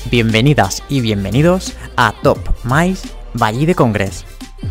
Bienvenidas y bienvenidos a Top Mais Vallí de Congrés.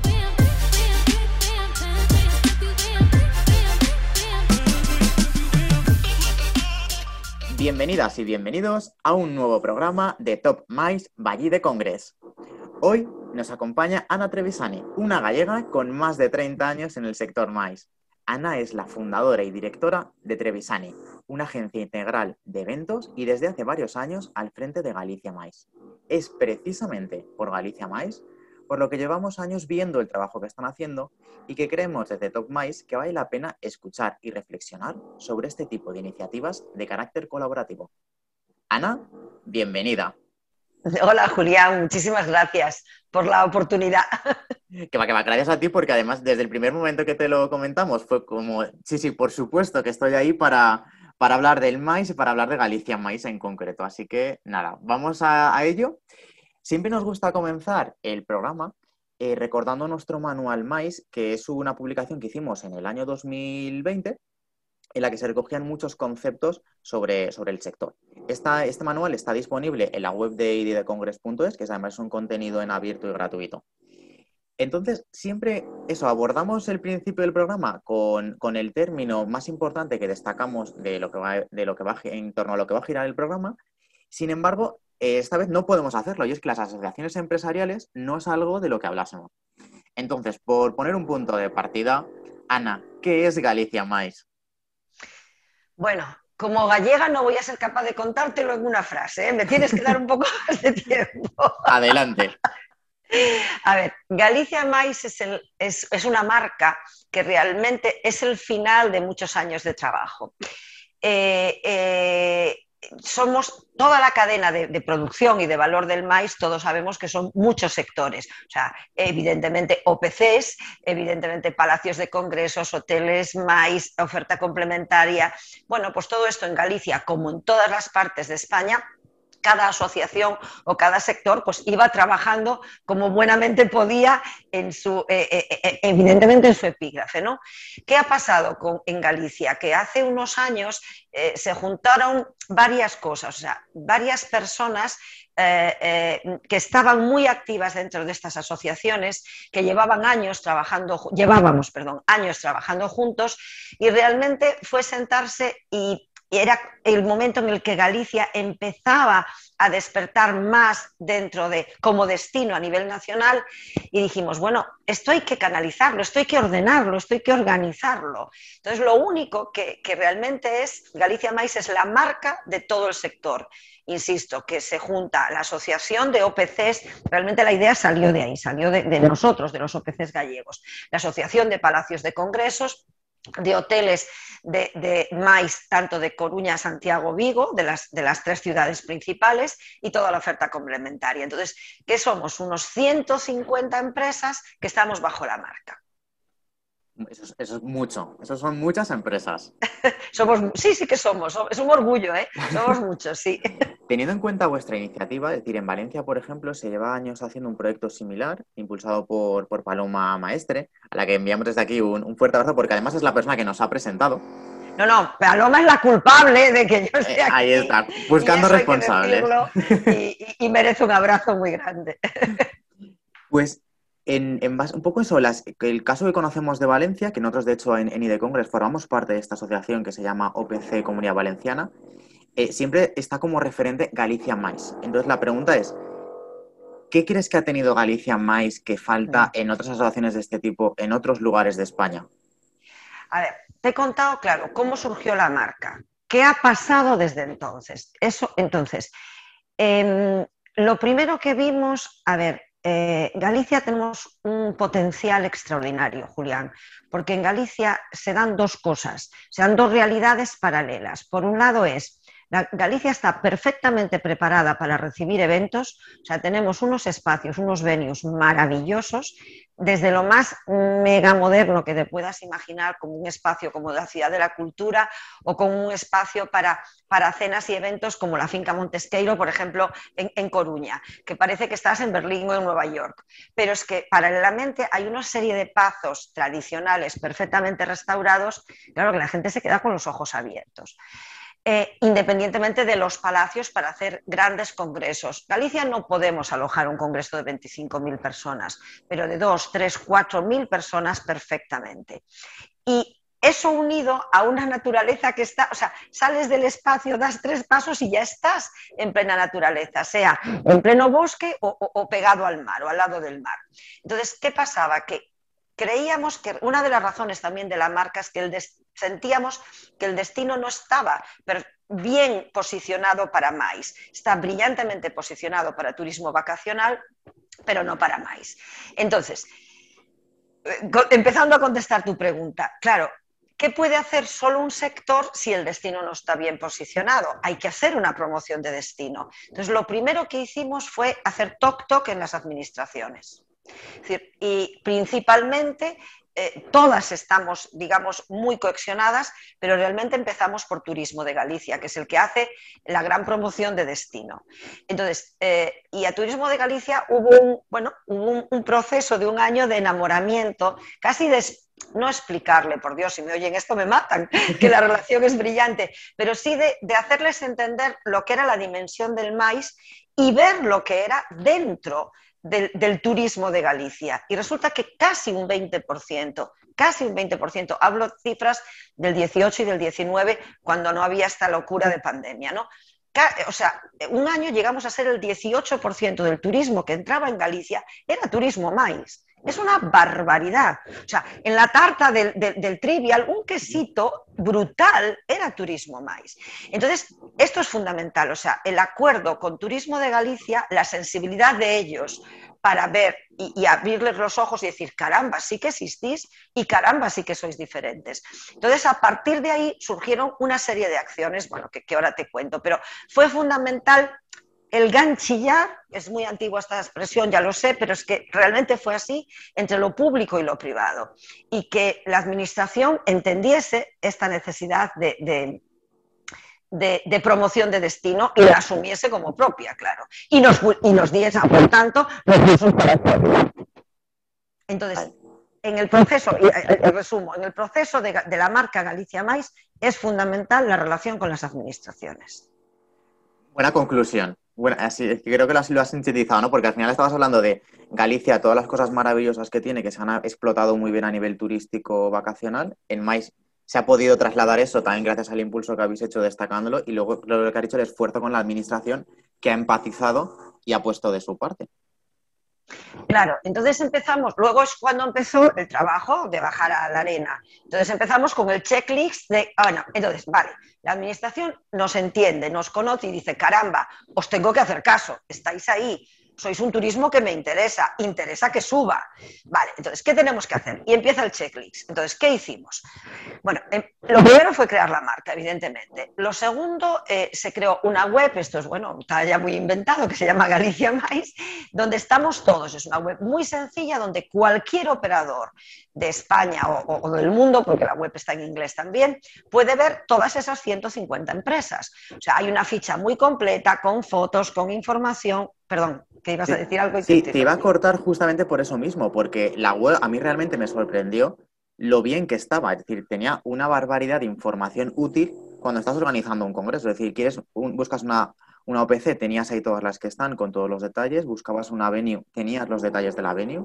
Bienvenidas y bienvenidos a un nuevo programa de Top Mais Vallí de Congrés. Hoy nos acompaña Ana Trevisani, una gallega con más de 30 años en el sector mais. Ana es la fundadora y directora de Trevisani, una agencia integral de eventos y desde hace varios años al frente de Galicia Mais. Es precisamente por Galicia Mais por lo que llevamos años viendo el trabajo que están haciendo y que creemos desde Top Mais que vale la pena escuchar y reflexionar sobre este tipo de iniciativas de carácter colaborativo. Ana, bienvenida. Hola Julián, muchísimas gracias por la oportunidad. Que va, gracias a ti porque además desde el primer momento que te lo comentamos fue como, sí, por supuesto que estoy ahí para hablar del maíz y para hablar de Galicia Mais en concreto. Así que nada, vamos a ello. Siempre nos gusta comenzar el programa recordando nuestro manual Mais, que es una publicación que hicimos en el año 2020 en la que se recogían muchos conceptos sobre el sector. Este manual está disponible en la web de iddecongress.es, que además es un contenido en abierto y gratuito. Entonces, siempre eso, abordamos el principio del programa con el término más importante que destacamos de lo que va en torno a lo que va a girar el programa. Sin embargo, esta vez no podemos hacerlo, y es que las asociaciones empresariales no es algo de lo que hablásemos. Entonces, por poner un punto de partida, Ana, ¿qué es Galicia Mais? Bueno, como gallega no voy a ser capaz de contártelo en una frase, ¿eh? Me tienes que dar un poco más de tiempo. Adelante. A ver, Galicia Mais es una marca que realmente es el final de muchos años de trabajo. Somos toda la cadena de producción y de valor del maíz, todos sabemos que son muchos sectores, o sea, evidentemente OPCs, evidentemente palacios de congresos, hoteles, maíz, oferta complementaria. Bueno, pues todo esto en Galicia, como en todas las partes de España, cada asociación o cada sector pues iba trabajando como buenamente podía evidentemente en su epígrafe, ¿no? ¿Qué ha pasado en Galicia? Que hace unos años se juntaron varias cosas, o sea, varias personas que estaban muy activas dentro de estas asociaciones, que llevábamos años trabajando juntos, y realmente fue sentarse y era el momento en el que Galicia empezaba a despertar más como destino a nivel nacional, y dijimos, bueno, esto hay que canalizarlo, esto hay que ordenarlo, esto hay que organizarlo. Entonces, lo único que realmente es, Galicia Mais es la marca de todo el sector. Insisto, que se junta la asociación de OPCs, realmente la idea salió de ahí, salió de nosotros, de los OPCs gallegos, la asociación de palacios de congresos, de hoteles de mais, tanto de Coruña, Santiago, Vigo, de las tres ciudades principales, y toda la oferta complementaria. Entonces, ¿qué somos? Unos 150 empresas que estamos bajo la marca. Eso es mucho, eso son muchas empresas. Sí que somos, es un orgullo, ¿eh? Somos muchos, sí. Teniendo en cuenta vuestra iniciativa, es decir, en Valencia, por ejemplo, se lleva años haciendo un proyecto similar, impulsado por Paloma Maestre, a la que enviamos desde aquí un fuerte abrazo, porque además es la persona que nos ha presentado. No, Paloma es la culpable de que yo esté aquí. Ahí está, buscando responsables. Y merece un abrazo muy grande. Pues, un poco eso, el caso que conocemos de Valencia, que nosotros, de hecho, en iddecongress formamos parte de esta asociación que se llama OPC Comunidad Valenciana, siempre está como referente Galicia Mais. Entonces, la pregunta es, ¿qué crees que ha tenido Galicia Mais que falta en otras asociaciones de este tipo en otros lugares de España? A ver, te he contado, claro, cómo surgió la marca. ¿Qué ha pasado desde entonces? Lo primero que vimos, Galicia tenemos un potencial extraordinario, Julián, porque en Galicia se dan dos cosas, se dan dos realidades paralelas. Por un lado Galicia está perfectamente preparada para recibir eventos, o sea, tenemos unos espacios, unos venues maravillosos, desde lo más mega moderno que te puedas imaginar, como un espacio como la Ciudad de la Cultura, o como un espacio para cenas y eventos como la Finca Montesqueiro, por ejemplo, en Coruña, que parece que estás en Berlín o en Nueva York. Pero es que paralelamente hay una serie de pazos tradicionales perfectamente restaurados, claro que la gente se queda con los ojos abiertos. independientemente de los palacios para hacer grandes congresos. Galicia no podemos alojar un congreso de 25.000 personas, pero de 2, 3, 4.000 personas perfectamente. Y eso unido a una naturaleza que está, o sea, sales del espacio, das 3 pasos y ya estás en plena naturaleza, sea en pleno bosque o pegado al mar o al lado del mar. Entonces, ¿qué pasaba? Que creíamos que una de las razones también de la marca es que sentíamos que el destino no estaba bien posicionado para máis. Está brillantemente posicionado para turismo vacacional, pero no para máis. Entonces, empezando a contestar tu pregunta, claro, ¿qué puede hacer solo un sector si el destino no está bien posicionado? Hay que hacer una promoción de destino. Entonces, lo primero que hicimos fue hacer toc-toc en las administraciones. Es decir, y principalmente todas estamos, digamos, muy cohesionadas, pero realmente empezamos por Turismo de Galicia, que es el que hace la gran promoción de destino. Entonces, y a Turismo de Galicia hubo un proceso de un año de enamoramiento, casi de no explicarle, por Dios, si me oyen esto me matan, que la relación es brillante, pero sí de hacerles entender lo que era la dimensión del maíz y ver lo que era dentro del turismo de Galicia. Y resulta que casi un 20%, hablo cifras del 18 y del 19, cuando no había esta locura de pandemia, ¿no? O sea, un año llegamos a ser el 18% del turismo que entraba en Galicia, era turismo maíz. Es una barbaridad. O sea, en la tarta del Trivial, un quesito brutal era turismo maíz. Entonces, esto es fundamental. O sea, el acuerdo con Turismo de Galicia, la sensibilidad de ellos para ver y abrirles los ojos y decir, caramba, sí que existís y caramba, sí que sois diferentes. Entonces, a partir de ahí surgieron una serie de acciones, bueno, que ahora te cuento, pero fue fundamental el ganchillar, es muy antigua esta expresión, ya lo sé, pero es que realmente fue así, entre lo público y lo privado, y que la administración entendiese esta necesidad de promoción de destino y la asumiese como propia, claro, y nos diese, por tanto, recursos para hacerlo. Entonces, en el proceso, resumo, en el proceso de la marca Galicia Mais es fundamental la relación con las administraciones. Buena conclusión. Bueno, así, es que creo que así lo has sintetizado, ¿no? Porque al final estabas hablando de Galicia, todas las cosas maravillosas que tiene, que se han explotado muy bien a nivel turístico vacacional. En Mais se ha podido trasladar eso también gracias al impulso que habéis hecho destacándolo y luego lo que ha dicho el esfuerzo con la administración que ha empatizado y ha puesto de su parte. Claro, entonces empezamos, luego es cuando empezó el trabajo de bajar a la arena. Entonces empezamos con el checklist de, bueno, entonces, vale, la administración nos entiende, nos conoce y dice, caramba, os tengo que hacer caso, estáis ahí, sois un turismo que me interesa que suba. Vale, entonces, ¿qué tenemos que hacer? Y empieza el checklist. Entonces, ¿qué hicimos? Bueno, lo primero fue crear la marca, evidentemente. Lo segundo, se creó una web, esto es, bueno, está ya muy inventado, que se llama Galicia Mais, donde estamos todos. Es una web muy sencilla donde cualquier operador de España o del mundo, porque la web está en inglés también, puede ver todas esas 150 empresas. O sea, hay una ficha muy completa, con fotos, con información. Perdón, que ibas a decir algo. Sí, te iba a cortar justamente por eso mismo, porque la web a mí realmente me sorprendió lo bien que estaba. Es decir, tenía una barbaridad de información útil cuando estás organizando un congreso. Es decir, buscas una OPC, tenías ahí todas las que están con todos los detalles, buscabas una venue, tenías los detalles de la venue.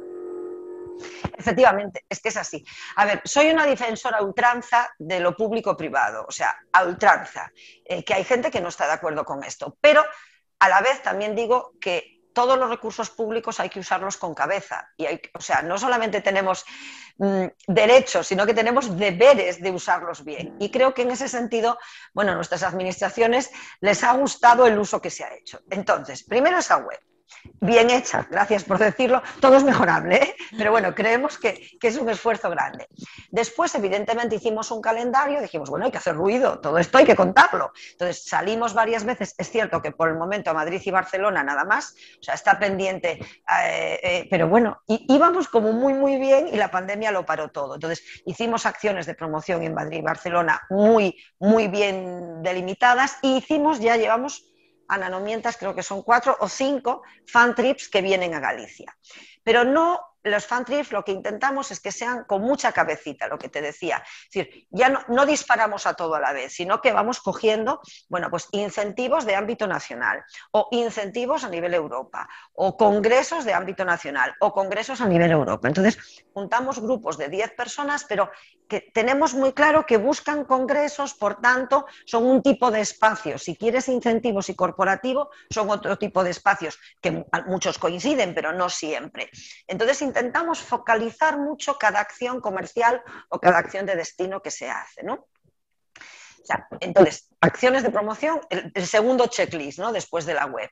Efectivamente, es que es así. A ver, soy una defensora a ultranza de lo público-privado, o sea, a ultranza, que hay gente que no está de acuerdo con esto, pero a la vez también digo que todos los recursos públicos hay que usarlos con cabeza. O sea, no solamente tenemos derechos, sino que tenemos deberes de usarlos bien. Y creo que en ese sentido, bueno, a nuestras administraciones les ha gustado el uso que se ha hecho. Entonces, primero esa web. Bien hecha, gracias por decirlo, todo es mejorable, ¿eh? Pero bueno, creemos que es un esfuerzo grande. Después, evidentemente, hicimos un calendario, dijimos, bueno, hay que hacer ruido, todo esto hay que contarlo. Entonces, salimos varias veces, es cierto que por el momento a Madrid y Barcelona nada más, o sea, está pendiente, pero bueno, íbamos como muy, muy bien y la pandemia lo paró todo. Entonces, hicimos acciones de promoción en Madrid y Barcelona muy, muy bien delimitadas y llevamos a nanomientas, creo que son 4 o 5 fan trips que vienen a Galicia. pero no, los fan trips lo que intentamos es que sean con mucha cabecita, lo que te decía. Es decir, ya no disparamos a todo a la vez, sino que vamos cogiendo, bueno, pues incentivos de ámbito nacional, o incentivos a nivel Europa, o congresos de ámbito nacional, o congresos a nivel Europa. Entonces, juntamos grupos de 10 personas, pero que tenemos muy claro que buscan congresos, por tanto, son un tipo de espacios. Si quieres incentivos y corporativo, son otro tipo de espacios, que muchos coinciden, pero no siempre. Entonces, intentamos focalizar mucho cada acción comercial o cada acción de destino que se hace, ¿no? O sea, entonces, acciones de promoción, el segundo checklist, ¿no? Después de la web.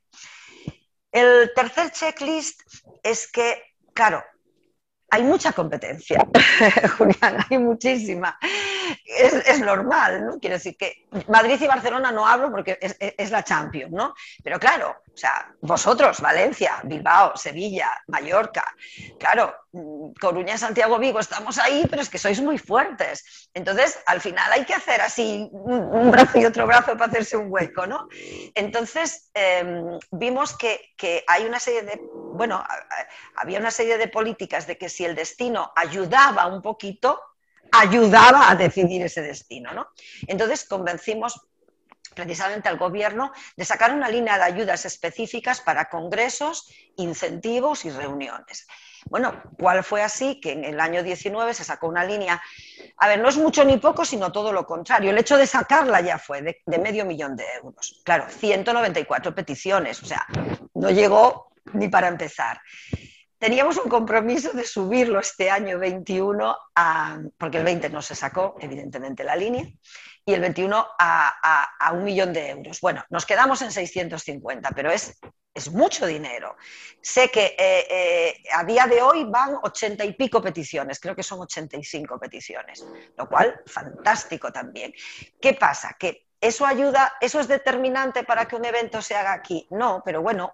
El tercer checklist es que, claro, hay mucha competencia, Julián, hay muchísima. Es normal, ¿no? Quiero decir que Madrid y Barcelona no hablo porque es la Champions, ¿no? Pero claro, o sea, vosotros, Valencia, Bilbao, Sevilla, Mallorca, claro, Coruña, Santiago, Vigo, estamos ahí, pero es que sois muy fuertes. Entonces, al final hay que hacer así un brazo y otro brazo para hacerse un hueco, ¿no? Entonces, vimos que hay una serie de, bueno, había una serie de políticas de que si el destino ayudaba un poquito, ayudaba a decidir ese destino, ¿no? Entonces convencimos precisamente al gobierno de sacar una línea de ayudas específicas para congresos, incentivos y reuniones. Bueno, ¿cuál fue así? Que en el año 19 se sacó una línea, a ver, no es mucho ni poco, sino todo lo contrario. El hecho de sacarla ya fue de 500.000 euros. Claro, 194 peticiones, o sea, no llegó ni para empezar. Teníamos un compromiso de subirlo este año 21, porque el 20 no se sacó, evidentemente, la línea, y el 21 a 1.000.000 de euros. Bueno, nos quedamos en 650, pero es mucho dinero. Sé que a día de hoy van 80 y pico peticiones, creo que son 85 peticiones, lo cual fantástico también. ¿Qué pasa? Que ¿eso ayuda, eso es determinante para que un evento se haga aquí? No, pero bueno,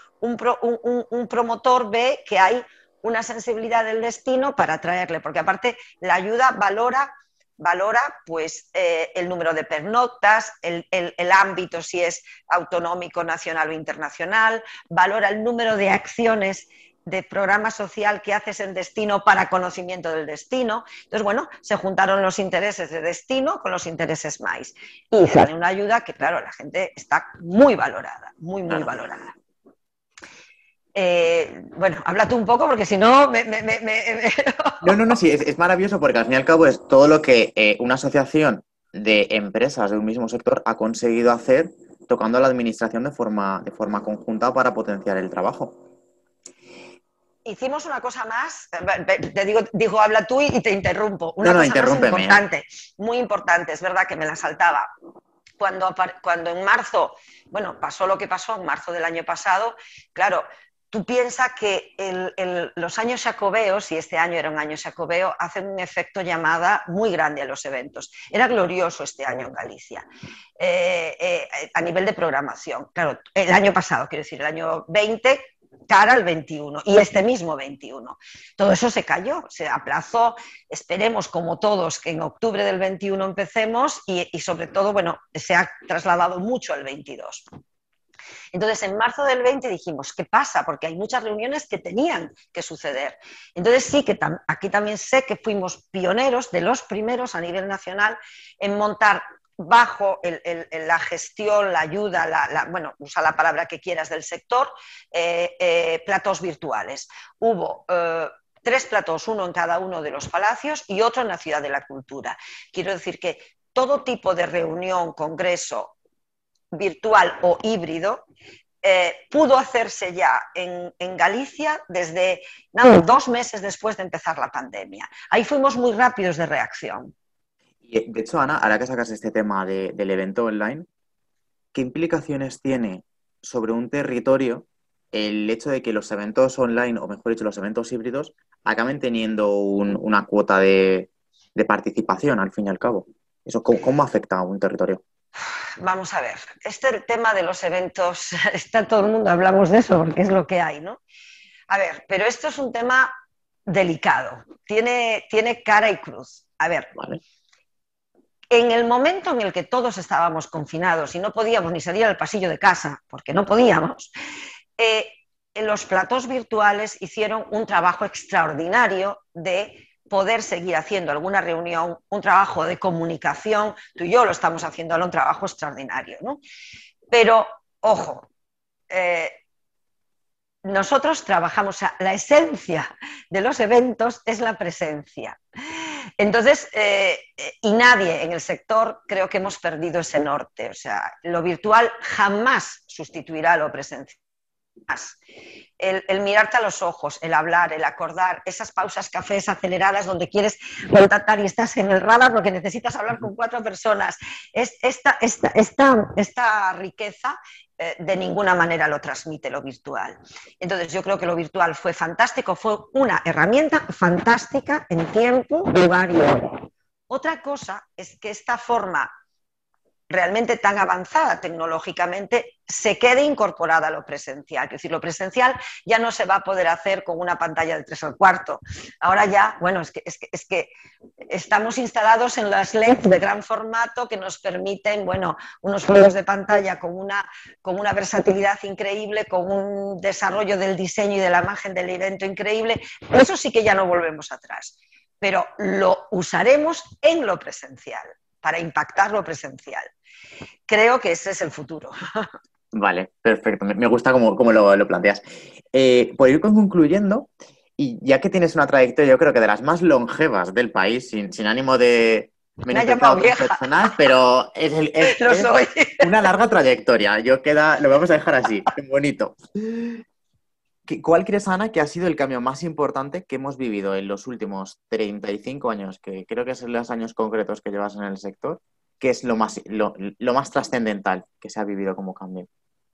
un promotor ve que hay una sensibilidad del destino para atraerle, porque aparte la ayuda valora pues, el número de pernoctas, el ámbito, si es autonómico, nacional o internacional, valora el número de acciones de programa social que haces en destino para conocimiento del destino. Entonces, bueno, se juntaron los intereses de destino con los intereses MAIS y sale una ayuda que, claro, la gente está muy valorada, muy Claro. valorada. Bueno, habla tú un poco porque si no... No, sí, es maravilloso porque al fin y al cabo es todo lo que una asociación de empresas de un mismo sector ha conseguido hacer tocando a la administración de forma conjunta para potenciar el trabajo. Hicimos una cosa más, te digo, habla tú y te interrumpo. Una No, cosa más interrúmpeme. importante, muy importante, es verdad que me la saltaba. Cuando en marzo, bueno, pasó lo que pasó en marzo del año pasado, claro, tú piensas que los años jacobeos, y este año era un año jacobeo, hacen un efecto llamada muy grande a los eventos. Era glorioso este año en Galicia, a nivel de programación. Claro, el año pasado, quiero decir, el año 20, cara al 21 y este mismo 21. Todo eso se cayó, se aplazó, esperemos como todos que en octubre del 21 empecemos y sobre todo, bueno, se ha trasladado mucho al 22. Entonces, en marzo del 20 dijimos, ¿qué pasa? Porque hay muchas reuniones que tenían que suceder. Entonces, sí que aquí también sé que fuimos pioneros, de los primeros a nivel nacional, en montar bajo la gestión, la ayuda, bueno, usa la palabra que quieras del sector, platós virtuales. Hubo 3 platós, uno en cada uno de los palacios y otro en la Ciudad de la Cultura. Quiero decir que todo tipo de reunión, congreso, virtual o híbrido, pudo hacerse ya en Galicia desde 2 meses después de empezar la pandemia. Ahí fuimos muy rápidos de reacción. Y de hecho, Ana, ahora que sacas este tema del evento online, ¿qué implicaciones tiene sobre un territorio el hecho de que los eventos online, o mejor dicho, los eventos híbridos, acaben teniendo una cuota de participación, al fin y al cabo? ¿Eso cómo afecta a un territorio? Vamos a ver, este tema de los eventos, está todo el mundo, hablamos de eso porque es lo que hay, ¿no? A ver, pero esto es un tema delicado, tiene cara y cruz. A ver, ¿Vale? En el momento en el que todos estábamos confinados y no podíamos ni salir al pasillo de casa, porque no podíamos, los platós virtuales hicieron un trabajo extraordinario de poder seguir haciendo alguna reunión, un trabajo de comunicación. Tú y yo lo estamos haciendo ahora, un trabajo extraordinario, ¿no? Pero, ojo, nosotros trabajamos, o sea, la esencia de los eventos es la presencia. Entonces, y nadie en el sector creo que hemos perdido ese norte. O sea, lo virtual jamás sustituirá a lo presencial. El mirarte a los ojos, el hablar, el acordar, esas pausas cafés aceleradas donde quieres contactar y estás en el radar porque necesitas hablar con 4 personas. Esta riqueza de ninguna manera lo transmite lo virtual. Entonces yo creo que lo virtual fue fantástico, fue una herramienta fantástica en tiempo, lugar y hora. Otra cosa es que esta forma realmente tan avanzada tecnológicamente se quede incorporada a lo presencial. Es decir, lo presencial ya no se va a poder hacer con una pantalla de 3:4. Ahora ya, bueno, es que estamos instalados en las LEDs de gran formato que nos permiten, bueno, unos juegos de pantalla con una versatilidad increíble, con un desarrollo del diseño y de la imagen del evento increíble. Eso sí que ya no volvemos atrás, pero lo usaremos en lo presencial, para impactar lo presencial. Creo que ese es el futuro. Vale, perfecto. Me gusta cómo lo planteas. Por ir concluyendo, y ya que tienes una trayectoria, yo creo que de las más longevas del país, sin ánimo de Me ha llamado otras vieja. personas, pero Lo soy. una larga trayectoria. Lo vamos a dejar así, bonito. ¿Cuál crees, Ana, que ha sido el cambio más importante que hemos vivido en los últimos 35 años, que creo que son los años concretos que llevas en el sector? ¿Qué es lo más trascendental que se ha vivido como cambio?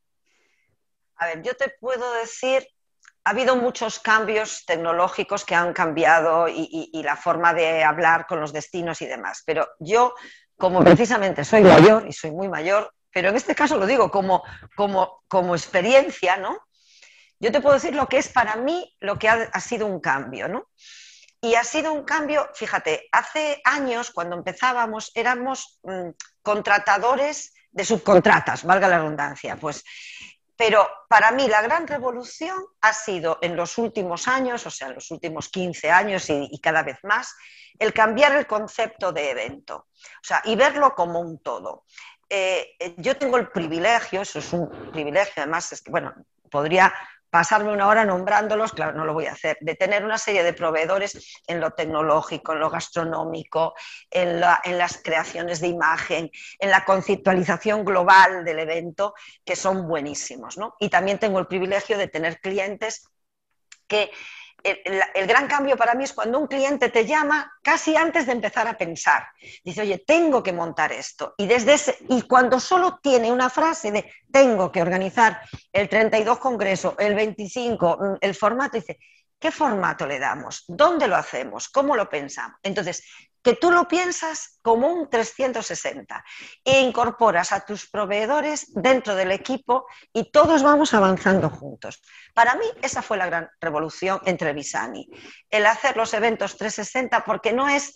A ver, yo te puedo decir, ha habido muchos cambios tecnológicos que han cambiado y la forma de hablar con los destinos y demás, pero yo, como precisamente soy mayor y soy muy mayor, pero en este caso lo digo como experiencia, ¿no? Yo te puedo decir lo que es para mí lo que ha sido un cambio, ¿no? Y ha sido un cambio, fíjate, hace años cuando empezábamos éramos contratadores de subcontratas, valga la redundancia, pues, pero para mí la gran revolución ha sido en los últimos años, o sea, en los últimos 15 años y cada vez más, el cambiar el concepto de evento, o sea, y verlo como un todo. Yo tengo el privilegio, eso es un privilegio, además, es que, bueno, podría pasarme una hora nombrándolos, claro, no lo voy a hacer, de tener una serie de proveedores en lo tecnológico, en lo gastronómico, en las creaciones de imagen, en la conceptualización global del evento, que son buenísimos, ¿no? Y también tengo el privilegio de tener clientes que el gran cambio para mí es cuando un cliente te llama casi antes de empezar a pensar. Dice, oye, tengo que montar esto. Y cuando solo tiene una frase de tengo que organizar el 32 congreso, el 25, el formato, dice, ¿qué formato le damos? ¿Dónde lo hacemos? ¿Cómo lo pensamos? Entonces, que tú lo piensas como un 360 e incorporas a tus proveedores dentro del equipo y todos vamos avanzando juntos. Para mí esa fue la gran revolución entre Visani, el hacer los eventos 360 porque no es...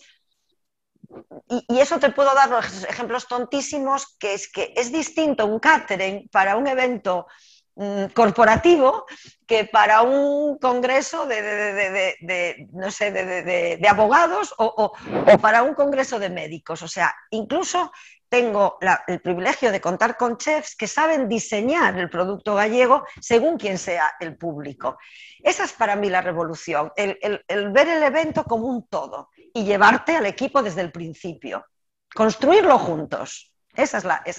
Y eso te puedo dar los ejemplos tontísimos, que es distinto un catering para un evento corporativo que para un congreso no sé, de abogados o para un congreso de médicos. O sea, incluso tengo el privilegio de contar con chefs que saben diseñar el producto gallego según quien sea el público. Esa es para mí la revolución, el ver el evento como un todo y llevarte al equipo desde el principio, construirlo juntos. Esa es la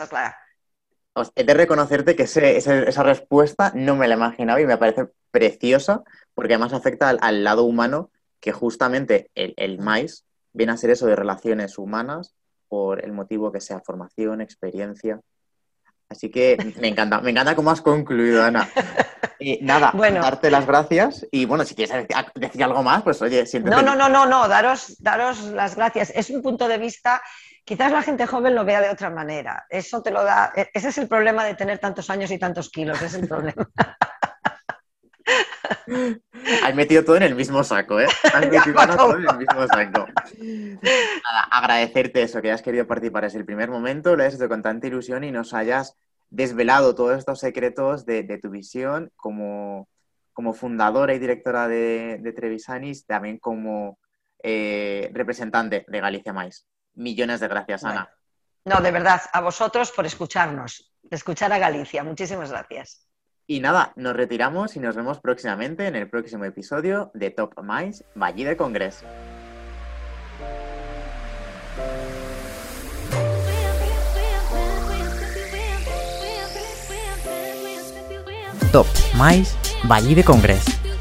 He de reconocerte que esa respuesta no me la imaginaba y me parece preciosa porque además afecta al lado humano, que justamente el MAIS viene a ser eso de relaciones humanas por el motivo que sea formación, experiencia. Así que me encanta cómo has concluido, Ana. Nada, Bueno, darte las gracias y bueno, si quieres decir algo más, pues oye, siéntete libre. No, daros las gracias. Es un punto de vista, quizás la gente joven lo vea de otra manera. Eso te lo da, ese es el problema de tener tantos años y tantos kilos, es el problema. Has metido todo en el mismo saco, ¿eh? Has metido todo en el mismo saco. Nada, agradecerte eso, que hayas querido participar desde el primer momento, lo hayas hecho con tanta ilusión y nos hayas desvelado todos estos secretos de tu visión, como como fundadora y directora de Trevisanis, también como representante de Galicia Mais. Millones de gracias, Ana. No, de verdad, a vosotros por escucharnos, escuchar a Galicia. Muchísimas gracias. Y nada, nos retiramos y nos vemos próximamente en el próximo episodio de Top Mais Vallí de Congrés. Top Mais Vallí de Congrés.